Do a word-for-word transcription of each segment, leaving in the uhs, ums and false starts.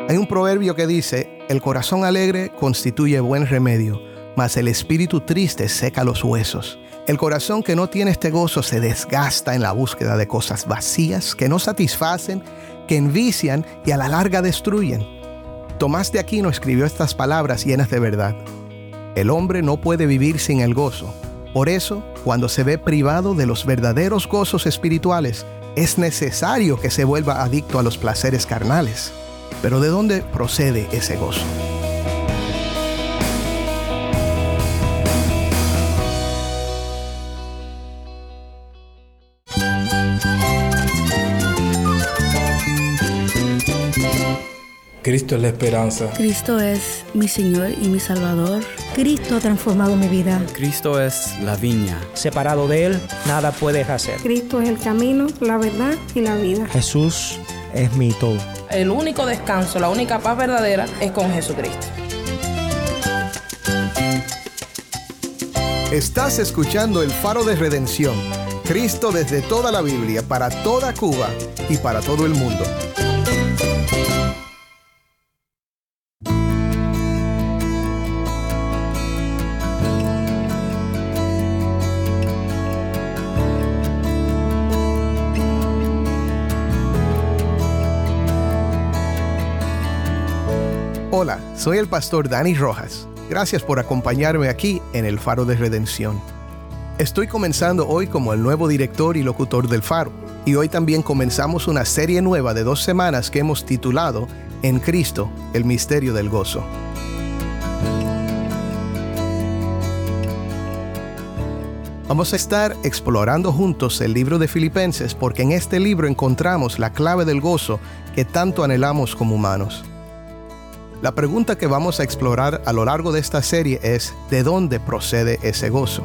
Hay un proverbio que dice: el corazón alegre constituye buen remedio, mas el espíritu triste seca los huesos. El corazón que no tiene este gozo se desgasta en la búsqueda de cosas vacías que no satisfacen, que envician y a la larga destruyen. Tomás de Aquino escribió estas palabras llenas de verdad: el hombre no puede vivir sin el gozo. Por eso, cuando se ve privado de los verdaderos gozos espirituales, es necesario que se vuelva adicto a los placeres carnales. Pero ¿de dónde procede ese gozo? Cristo es la esperanza. Cristo es mi Señor y mi Salvador. Cristo ha transformado mi vida. Cristo es la viña. Separado de Él, nada puedes hacer. Cristo es el camino, la verdad y la vida. Jesús es mi todo. El único descanso, la única paz verdadera es con Jesucristo. Estás escuchando El Faro de Redención. Cristo desde toda la Biblia, para toda Cuba y para todo el mundo. Hola, soy el pastor Dani Rojas. Gracias por acompañarme aquí en El Faro de Redención. Estoy comenzando hoy como el nuevo director y locutor del Faro, y hoy también comenzamos una serie nueva de dos semanas que hemos titulado En Cristo, el misterio del gozo. Vamos a estar explorando juntos el libro de Filipenses, porque en este libro encontramos la clave del gozo que tanto anhelamos como humanos. La pregunta que vamos a explorar a lo largo de esta serie es: ¿de dónde procede ese gozo?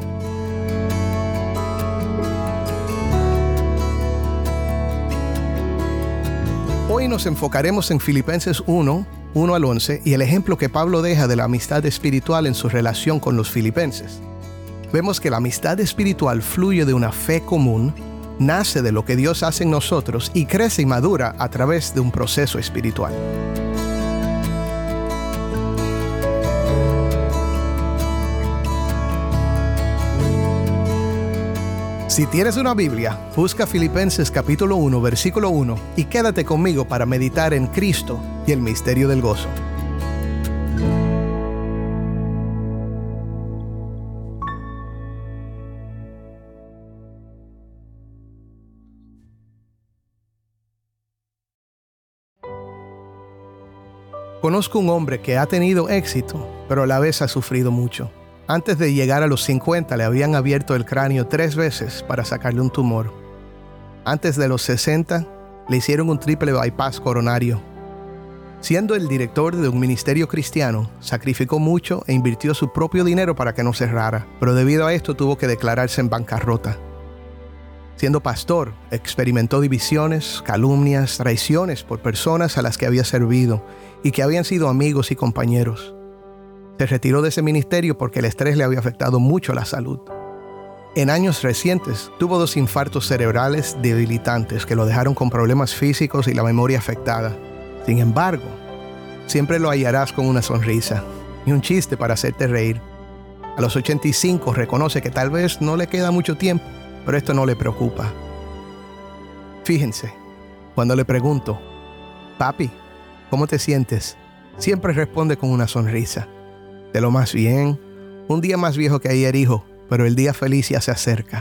Hoy nos enfocaremos en Filipenses uno, uno al once, y el ejemplo que Pablo deja de la amistad espiritual en su relación con los filipenses. Vemos que la amistad espiritual fluye de una fe común, nace de lo que Dios hace en nosotros y crece y madura a través de un proceso espiritual. Si tienes una Biblia, busca Filipenses capítulo uno, versículo uno y quédate conmigo para meditar en Cristo y el misterio del gozo. Conozco un hombre que ha tenido éxito, pero a la vez ha sufrido mucho. Antes de llegar a los cincuenta le habían abierto el cráneo tres veces para sacarle un tumor. Antes de los sesenta le hicieron un triple bypass coronario. Siendo el director de un ministerio cristiano, sacrificó mucho e invirtió su propio dinero para que no cerrara, pero debido a esto tuvo que declararse en bancarrota. Siendo pastor, experimentó divisiones, calumnias, traiciones por personas a las que había servido y que habían sido amigos y compañeros. Se retiró de ese ministerio porque el estrés le había afectado mucho la salud. En años recientes, tuvo dos infartos cerebrales debilitantes que lo dejaron con problemas físicos y la memoria afectada. Sin embargo, siempre lo hallarás con una sonrisa y un chiste para hacerte reír. A los ochenta y cinco reconoce que tal vez no le queda mucho tiempo, pero esto no le preocupa. Fíjense, cuando le pregunto: papi, ¿cómo te sientes?, siempre responde con una sonrisa. De lo más bien, un día más viejo que ayer, hijo, pero el día feliz ya se acerca.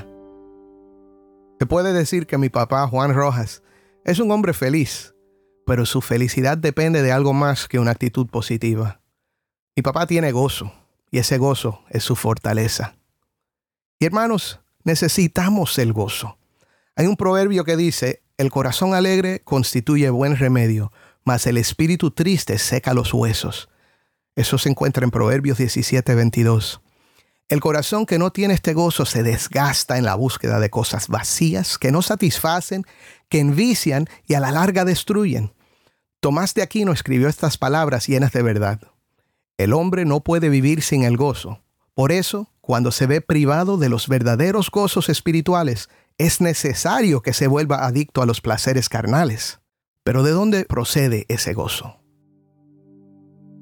Se puede decir que mi papá, Juan Rojas, es un hombre feliz, pero su felicidad depende de algo más que una actitud positiva. Mi papá tiene gozo, y ese gozo es su fortaleza. Y hermanos, necesitamos el gozo. Hay un proverbio que dice: el corazón alegre constituye buen remedio, mas el espíritu triste seca los huesos. Eso se encuentra en Proverbios diecisiete, veintidós. El corazón que no tiene este gozo se desgasta en la búsqueda de cosas vacías que no satisfacen, que envician y a la larga destruyen. Tomás de Aquino escribió estas palabras llenas de verdad: el hombre no puede vivir sin el gozo. Por eso, cuando se ve privado de los verdaderos gozos espirituales, es necesario que se vuelva adicto a los placeres carnales. Pero ¿de dónde procede ese gozo?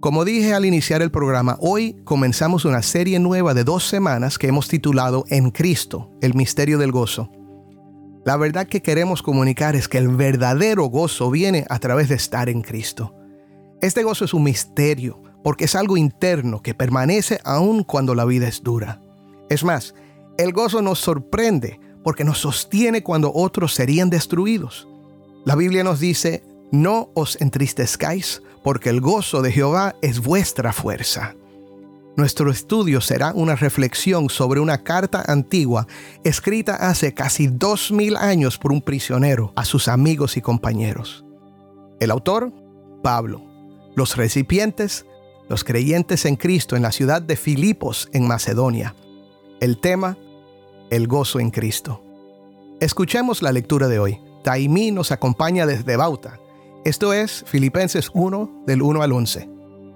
Como dije al iniciar el programa, hoy comenzamos una serie nueva de dos semanas que hemos titulado En Cristo, el misterio del gozo. La verdad que queremos comunicar es que el verdadero gozo viene a través de estar en Cristo. Este gozo es un misterio porque es algo interno que permanece aún cuando la vida es dura. Es más, el gozo nos sorprende porque nos sostiene cuando otros serían destruidos. La Biblia nos dice, no os entristezcáis, porque el gozo de Jehová es vuestra fuerza. Nuestro estudio será una reflexión sobre una carta antigua escrita hace casi dos mil años por un prisionero a sus amigos y compañeros. El autor, Pablo. Los recipientes, los creyentes en Cristo en la ciudad de Filipos, en Macedonia. El tema, el gozo en Cristo. Escuchemos la lectura de hoy. Taimí nos acompaña desde Bauta. Esto es Filipenses uno, del uno al once.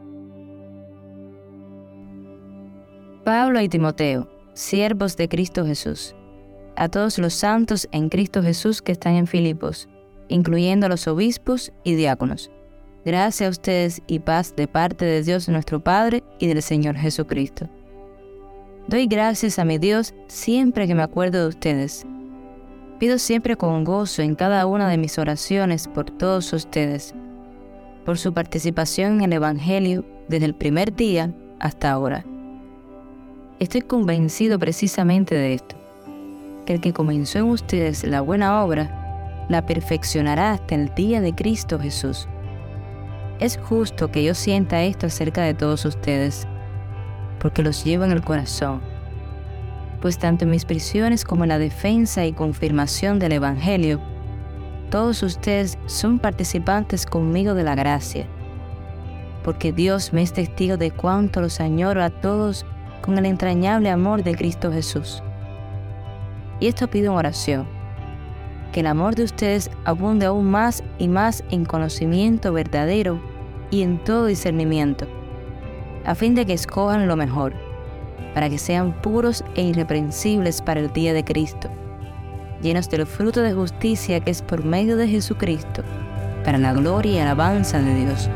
Pablo y Timoteo, siervos de Cristo Jesús, a todos los santos en Cristo Jesús que están en Filipos, incluyendo a los obispos y diáconos. Gracias a ustedes y paz de parte de Dios nuestro Padre y del Señor Jesucristo. Doy gracias a mi Dios siempre que me acuerdo de ustedes. Pido siempre con gozo en cada una de mis oraciones por todos ustedes, por su participación en el Evangelio desde el primer día hasta ahora. Estoy convencido precisamente de esto, que el que comenzó en ustedes la buena obra, la perfeccionará hasta el día de Cristo Jesús. Es justo que yo sienta esto acerca de todos ustedes, porque los llevo en el corazón. Pues tanto en mis prisiones como en la defensa y confirmación del Evangelio, todos ustedes son participantes conmigo de la gracia, porque Dios me es testigo de cuánto los añoro a todos con el entrañable amor de Cristo Jesús. Y esto pido en oración, que el amor de ustedes abunde aún más y más en conocimiento verdadero y en todo discernimiento, a fin de que escojan lo mejor, para que sean puros e irreprensibles para el día de Cristo, llenos del fruto de justicia que es por medio de Jesucristo, para la gloria y alabanza de Dios.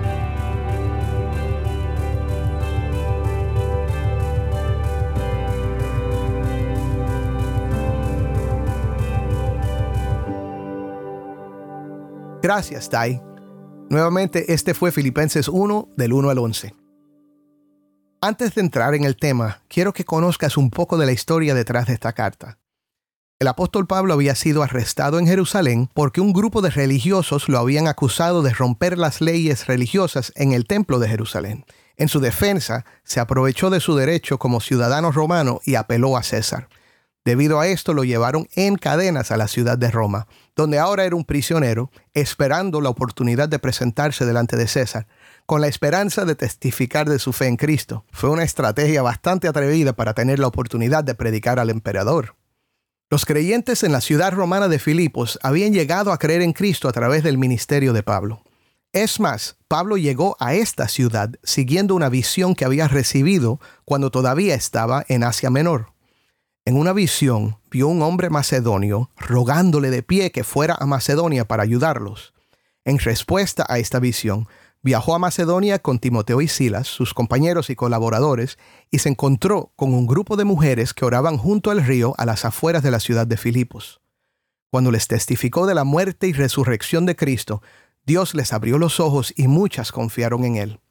Gracias, Tai. Nuevamente, este fue Filipenses uno, del uno al once. Antes de entrar en el tema, quiero que conozcas un poco de la historia detrás de esta carta. El apóstol Pablo había sido arrestado en Jerusalén porque un grupo de religiosos lo habían acusado de romper las leyes religiosas en el templo de Jerusalén. En su defensa, se aprovechó de su derecho como ciudadano romano y apeló a César. Debido a esto, lo llevaron en cadenas a la ciudad de Roma, donde ahora era un prisionero, esperando la oportunidad de presentarse delante de César, con la esperanza de testificar de su fe en Cristo. Fue una estrategia bastante atrevida para tener la oportunidad de predicar al emperador. Los creyentes en la ciudad romana de Filipos habían llegado a creer en Cristo a través del ministerio de Pablo. Es más, Pablo llegó a esta ciudad siguiendo una visión que había recibido cuando todavía estaba en Asia Menor. En una visión, vio un hombre macedonio rogándole de pie que fuera a Macedonia para ayudarlos. En respuesta a esta visión, viajó a Macedonia con Timoteo y Silas, sus compañeros y colaboradores, y se encontró con un grupo de mujeres que oraban junto al río a las afueras de la ciudad de Filipos. Cuando les testificó de la muerte y resurrección de Cristo, Dios les abrió los ojos y muchas confiaron en él.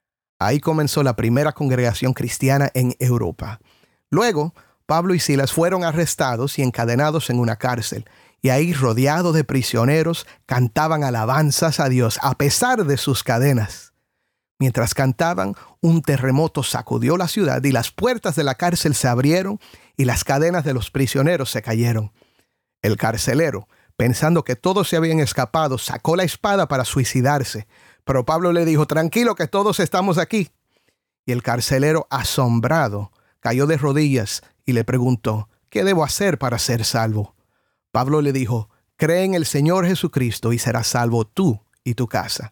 Ahí comenzó la primera congregación cristiana en Europa. Luego, Pablo y Silas fueron arrestados y encadenados en una cárcel, y ahí, rodeados de prisioneros, cantaban alabanzas a Dios a pesar de sus cadenas. Mientras cantaban, un terremoto sacudió la ciudad y las puertas de la cárcel se abrieron y las cadenas de los prisioneros se cayeron. El carcelero, pensando que todos se habían escapado, sacó la espada para suicidarse, pero Pablo le dijo: «Tranquilo, que todos estamos aquí». Y el carcelero, asombrado, cayó de rodillas y le preguntó: «¿Qué debo hacer para ser salvo?». Pablo le dijo: «Cree en el Señor Jesucristo y serás salvo tú y tu casa».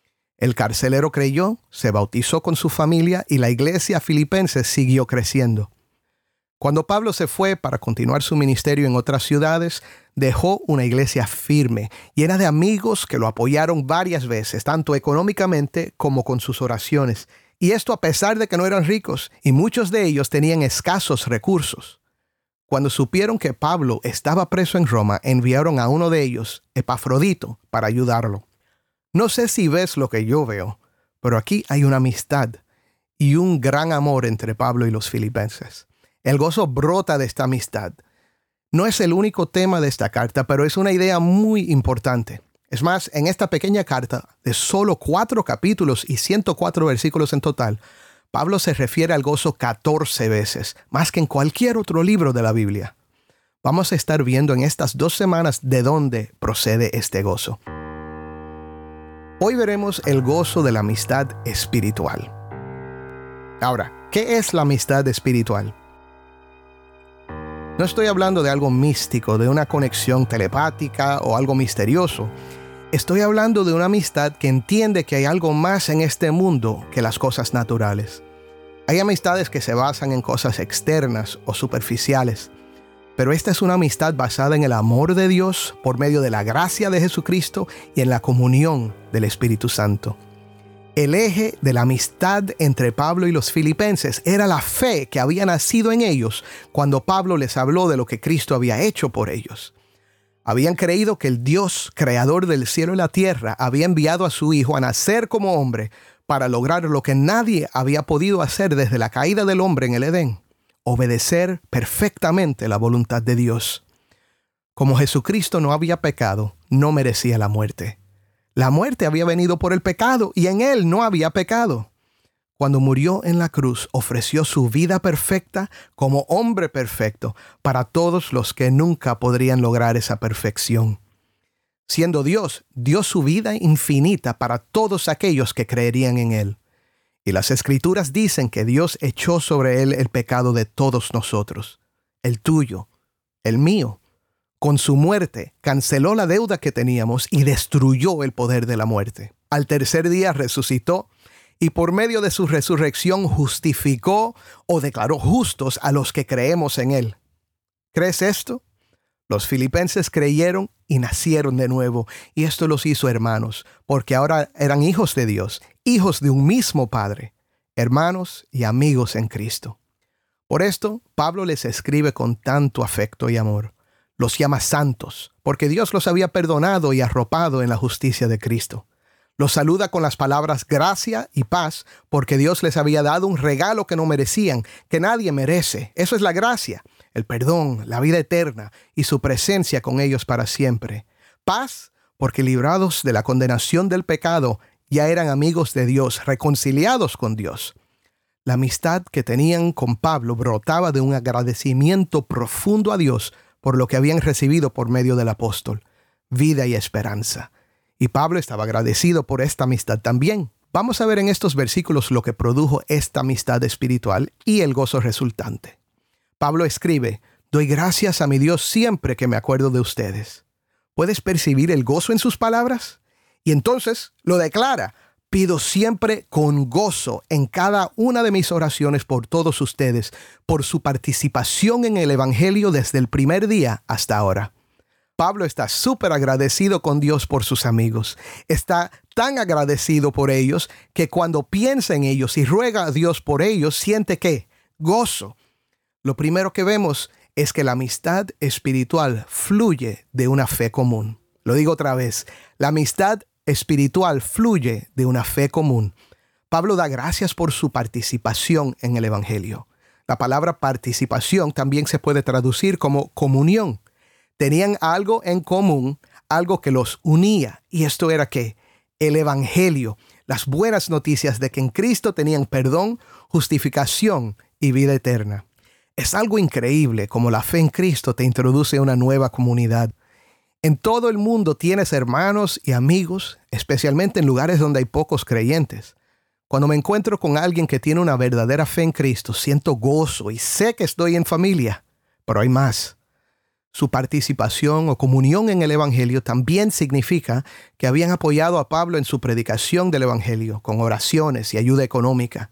El carcelero creyó, se bautizó con su familia y la iglesia filipense siguió creciendo. Cuando Pablo se fue para continuar su ministerio en otras ciudades, dejó una iglesia firme, llena de amigos que lo apoyaron varias veces, tanto económicamente como con sus oraciones. Y esto a pesar de que no eran ricos, y muchos de ellos tenían escasos recursos. Cuando supieron que Pablo estaba preso en Roma, enviaron a uno de ellos, Epafrodito, para ayudarlo. No sé si ves lo que yo veo, pero aquí hay una amistad y un gran amor entre Pablo y los filipenses. El gozo brota de esta amistad. No es el único tema de esta carta, pero es una idea muy importante. Es más, en esta pequeña carta, de solo cuatro capítulos y ciento cuatro versículos en total, Pablo se refiere al gozo catorce veces, más que en cualquier otro libro de la Biblia. Vamos a estar viendo en estas dos semanas de dónde procede este gozo. Hoy veremos el gozo de la amistad espiritual. Ahora, ¿qué es la amistad espiritual? No estoy hablando de algo místico, de una conexión telepática o algo misterioso. Estoy hablando de una amistad que entiende que hay algo más en este mundo que las cosas naturales. Hay amistades que se basan en cosas externas o superficiales, pero esta es una amistad basada en el amor de Dios por medio de la gracia de Jesucristo y en la comunión del Espíritu Santo. El eje de la amistad entre Pablo y los filipenses era la fe que había nacido en ellos cuando Pablo les habló de lo que Cristo había hecho por ellos. Habían creído que el Dios, creador del cielo y la tierra, había enviado a su Hijo a nacer como hombre para lograr lo que nadie había podido hacer desde la caída del hombre en el Edén: obedecer perfectamente la voluntad de Dios. Como Jesucristo no había pecado, no merecía la muerte. La muerte había venido por el pecado y en él no había pecado. Cuando murió en la cruz, ofreció su vida perfecta como hombre perfecto para todos los que nunca podrían lograr esa perfección. Siendo Dios, dio su vida infinita para todos aquellos que creerían en él. Y las Escrituras dicen que Dios echó sobre él el pecado de todos nosotros, el tuyo, el mío. Con su muerte, canceló la deuda que teníamos y destruyó el poder de la muerte. Al tercer día resucitó y por medio de su resurrección justificó o declaró justos a los que creemos en él. ¿Crees esto? Los filipenses creyeron y nacieron de nuevo, y esto los hizo hermanos, porque ahora eran hijos de Dios, hijos de un mismo Padre, hermanos y amigos en Cristo. Por esto, Pablo les escribe con tanto afecto y amor. Los llama santos, porque Dios los había perdonado y arropado en la justicia de Cristo. Los saluda con las palabras gracia y paz, porque Dios les había dado un regalo que no merecían, que nadie merece. Eso es la gracia, el perdón, la vida eterna y su presencia con ellos para siempre. Paz, porque librados de la condenación del pecado, ya eran amigos de Dios, reconciliados con Dios. La amistad que tenían con Pablo brotaba de un agradecimiento profundo a Dios por lo que habían recibido por medio del apóstol, vida y esperanza. Y Pablo estaba agradecido por esta amistad también. Vamos a ver en estos versículos lo que produjo esta amistad espiritual y el gozo resultante. Pablo escribe: doy gracias a mi Dios siempre que me acuerdo de ustedes. ¿Puedes percibir el gozo en sus palabras? Y entonces lo declara: pido siempre con gozo en cada una de mis oraciones por todos ustedes, por su participación en el Evangelio desde el primer día hasta ahora. Pablo está súper agradecido con Dios por sus amigos. Está tan agradecido por ellos que cuando piensa en ellos y ruega a Dios por ellos, siente ¿qué? Gozo. Lo primero que vemos es que la amistad espiritual fluye de una fe común. Lo digo otra vez, la amistad espiritual fluye de una fe común. Pablo da gracias por su participación en el Evangelio. La palabra participación también se puede traducir como comunión. Tenían algo en común, algo que los unía. ¿Y esto era qué? El Evangelio, las buenas noticias de que en Cristo tenían perdón, justificación y vida eterna. Es algo increíble como la fe en Cristo te introduce a una nueva comunidad. En todo el mundo tienes hermanos y amigos, especialmente en lugares donde hay pocos creyentes. Cuando me encuentro con alguien que tiene una verdadera fe en Cristo, siento gozo y sé que estoy en familia, pero hay más. Su participación o comunión en el Evangelio también significa que habían apoyado a Pablo en su predicación del Evangelio con oraciones y ayuda económica,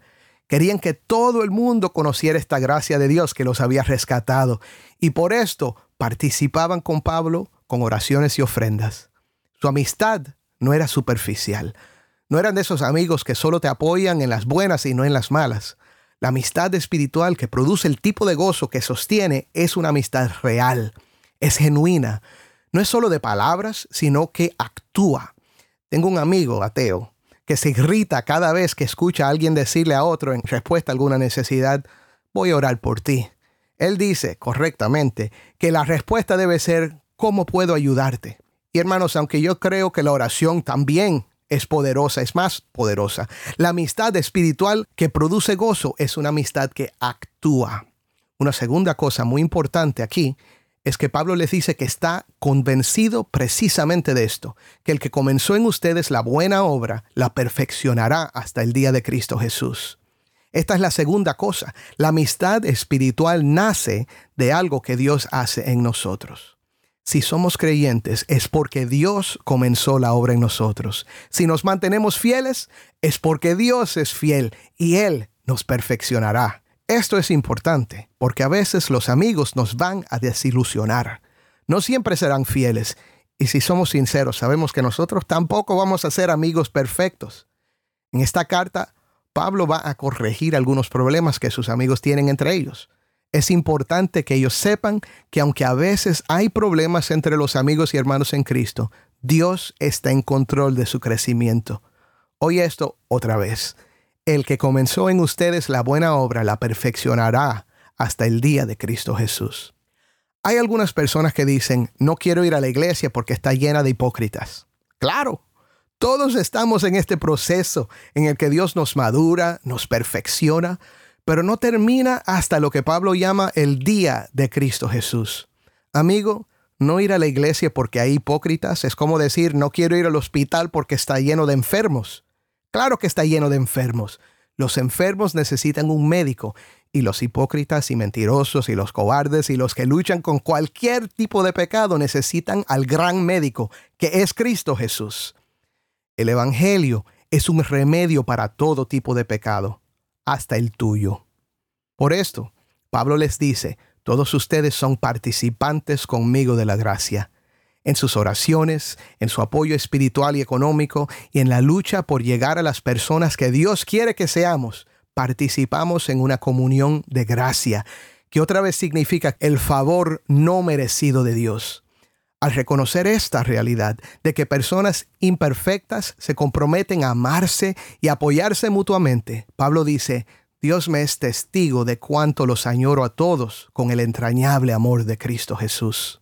Querían que todo el mundo conociera esta gracia de Dios que los había rescatado. Y por esto participaban con Pablo con oraciones y ofrendas. Su amistad no era superficial. No eran de esos amigos que solo te apoyan en las buenas y no en las malas. La amistad espiritual que produce el tipo de gozo que sostiene es una amistad real. Es genuina. No es solo de palabras, sino que actúa. Tengo un amigo ateo que se irrita cada vez que escucha a alguien decirle a otro en respuesta a alguna necesidad, voy a orar por ti. Él dice correctamente que la respuesta debe ser, ¿cómo puedo ayudarte? Y hermanos, aunque yo creo que la oración también es poderosa, es más poderosa, la amistad espiritual que produce gozo es una amistad que actúa. Una segunda cosa muy importante aquí es que Pablo les dice que está convencido precisamente de esto, que el que comenzó en ustedes la buena obra la perfeccionará hasta el día de Cristo Jesús. Esta es la segunda cosa. La amistad espiritual nace de algo que Dios hace en nosotros. Si somos creyentes, es porque Dios comenzó la obra en nosotros. Si nos mantenemos fieles, es porque Dios es fiel y Él nos perfeccionará. Esto es importante, porque a veces los amigos nos van a desilusionar. No siempre serán fieles. Y si somos sinceros, sabemos que nosotros tampoco vamos a ser amigos perfectos. En esta carta, Pablo va a corregir algunos problemas que sus amigos tienen entre ellos. Es importante que ellos sepan que aunque a veces hay problemas entre los amigos y hermanos en Cristo, Dios está en control de su crecimiento. Oye esto otra vez. El que comenzó en ustedes la buena obra la perfeccionará hasta el día de Cristo Jesús. Hay algunas personas que dicen, no quiero ir a la iglesia porque está llena de hipócritas. Claro, todos estamos en este proceso en el que Dios nos madura, nos perfecciona, pero no termina hasta lo que Pablo llama el día de Cristo Jesús. Amigo, no ir a la iglesia porque hay hipócritas es como decir, no quiero ir al hospital porque está lleno de enfermos. Claro que está lleno de enfermos. Los enfermos necesitan un médico y los hipócritas y mentirosos y los cobardes y los que luchan con cualquier tipo de pecado necesitan al gran médico, que es Cristo Jesús. El Evangelio es un remedio para todo tipo de pecado, hasta el tuyo. Por esto, Pablo les dice, todos ustedes son participantes conmigo de la gracia. En sus oraciones, en su apoyo espiritual y económico y en la lucha por llegar a las personas que Dios quiere que seamos, participamos en una comunión de gracia, que otra vez significa el favor no merecido de Dios. Al reconocer esta realidad de que personas imperfectas se comprometen a amarse y apoyarse mutuamente, Pablo dice, Dios me es testigo de cuánto los añoro a todos con el entrañable amor de Cristo Jesús.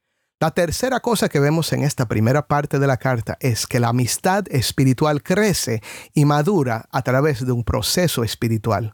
La tercera cosa que vemos en esta primera parte de la carta es que la amistad espiritual crece y madura a través de un proceso espiritual.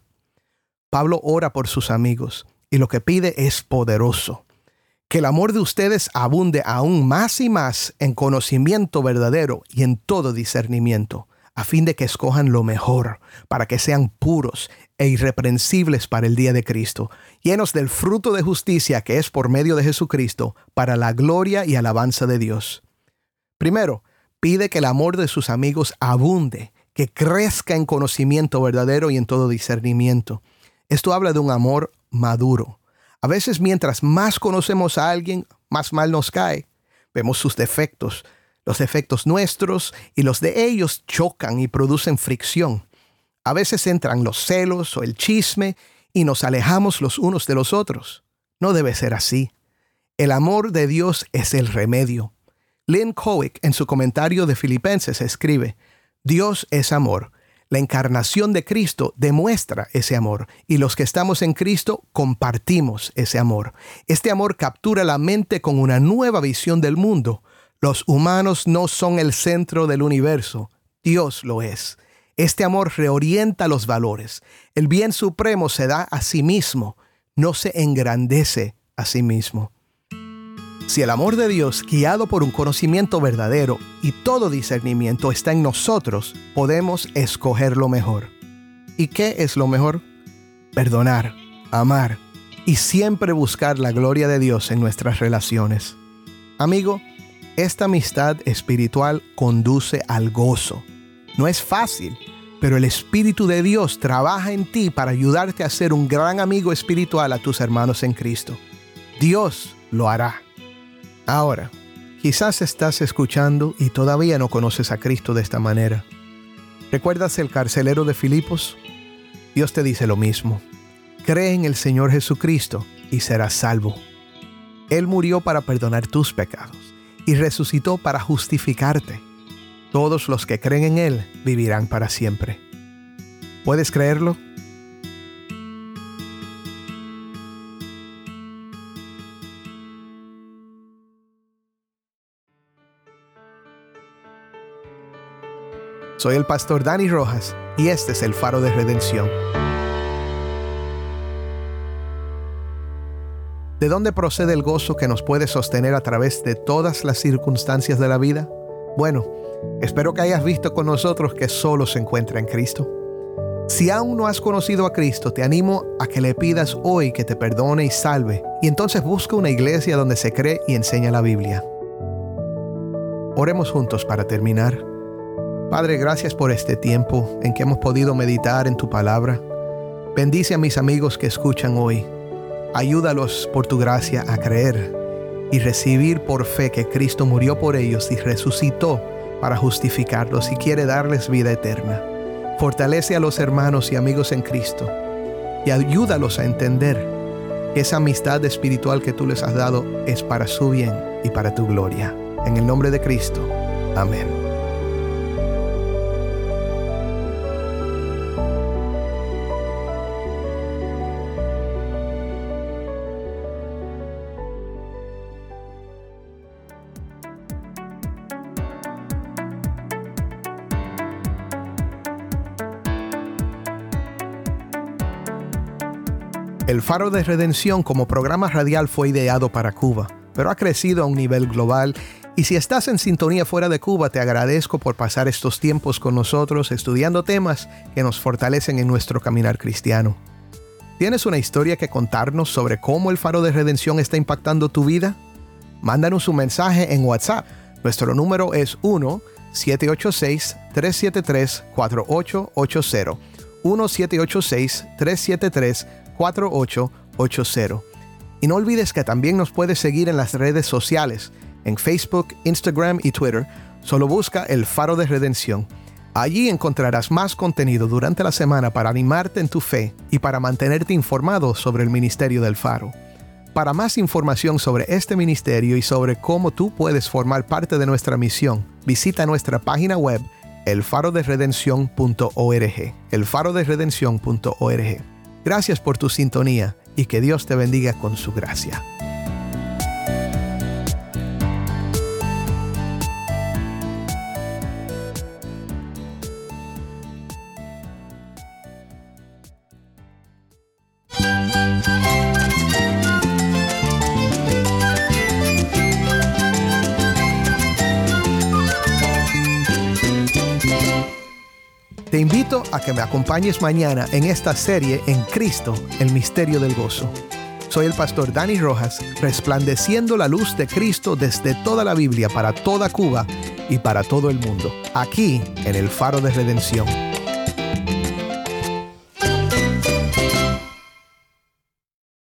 Pablo ora por sus amigos y lo que pide es poderoso. Que el amor de ustedes abunde aún más y más en conocimiento verdadero y en todo discernimiento, a fin de que escojan lo mejor, para que sean puros e irreprensibles para el día de Cristo, llenos del fruto de justicia que es por medio de Jesucristo, para la gloria y alabanza de Dios. Primero, pide que el amor de sus amigos abunde, que crezca en conocimiento verdadero y en todo discernimiento. Esto habla de un amor maduro. A veces mientras más conocemos a alguien, más mal nos cae. Vemos sus defectos. Los defectos nuestros y los de ellos chocan y producen fricción. A veces entran los celos o el chisme y nos alejamos los unos de los otros. No debe ser así. El amor de Dios es el remedio. Lynn Cohick, en su comentario de Filipenses, escribe, Dios es amor. La encarnación de Cristo demuestra ese amor y los que estamos en Cristo compartimos ese amor. Este amor captura la mente con una nueva visión del mundo. Los humanos no son el centro del universo, Dios lo es. Este amor reorienta los valores. El bien supremo se da a sí mismo, no se engrandece a sí mismo. Si el amor de Dios, guiado por un conocimiento verdadero y todo discernimiento está en nosotros, podemos escoger lo mejor. ¿Y qué es lo mejor? Perdonar, amar y siempre buscar la gloria de Dios en nuestras relaciones. Amigo, esta amistad espiritual conduce al gozo. No es fácil, pero el Espíritu de Dios trabaja en ti para ayudarte a ser un gran amigo espiritual a tus hermanos en Cristo. Dios lo hará. Ahora, quizás estás escuchando y todavía no conoces a Cristo de esta manera. ¿Recuerdas el carcelero de Filipos? Dios te dice lo mismo. Cree en el Señor Jesucristo y serás salvo. Él murió para perdonar tus pecados y resucitó para justificarte. Todos los que creen en Él vivirán para siempre. ¿Puedes creerlo? Soy el pastor Dani Rojas y este es el Faro de Redención. ¿De dónde procede el gozo que nos puede sostener a través de todas las circunstancias de la vida? Bueno, espero que hayas visto con nosotros que solo se encuentra en Cristo. Si aún no has conocido a Cristo, te animo a que le pidas hoy que te perdone y salve, y entonces busca una iglesia donde se cree y enseña la Biblia. Oremos juntos para terminar. Padre, gracias por este tiempo en que hemos podido meditar en tu palabra. Bendice a mis amigos que escuchan hoy. Ayúdalos por tu gracia a creer y recibir por fe que Cristo murió por ellos y resucitó para justificarlos y quiere darles vida eterna. Fortalece a los hermanos y amigos en Cristo y ayúdalos a entender que esa amistad espiritual que tú les has dado es para su bien y para tu gloria. En el nombre de Cristo. Amén. El Faro de Redención como programa radial fue ideado para Cuba, pero ha crecido a un nivel global. Y si estás en sintonía fuera de Cuba, te agradezco por pasar estos tiempos con nosotros estudiando temas que nos fortalecen en nuestro caminar cristiano. ¿Tienes una historia que contarnos sobre cómo el Faro de Redención está impactando tu vida? Mándanos un mensaje en WhatsApp. Nuestro número es uno siete ocho seis, tres siete tres, cuatro ocho ocho cero. uno siete ocho seis, tres siete tres, cuatro ocho ocho cero. Y no olvides que también nos puedes seguir en las redes sociales, en Facebook, Instagram y Twitter. Solo busca el Faro de Redención. Allí encontrarás más contenido durante la semana para animarte en tu fe y para mantenerte informado sobre el ministerio del Faro. Para más información sobre este ministerio y sobre cómo tú puedes formar parte de nuestra misión, visita nuestra página web el faro de redención punto org. el faro de redención punto org. Gracias por tu sintonía y que Dios te bendiga con su gracia. Te invito a que me acompañes mañana en esta serie En Cristo, el misterio del gozo. Soy el pastor Dani Rojas, resplandeciendo la luz de Cristo desde toda la Biblia para toda Cuba y para todo el mundo, aquí en el Faro de Redención.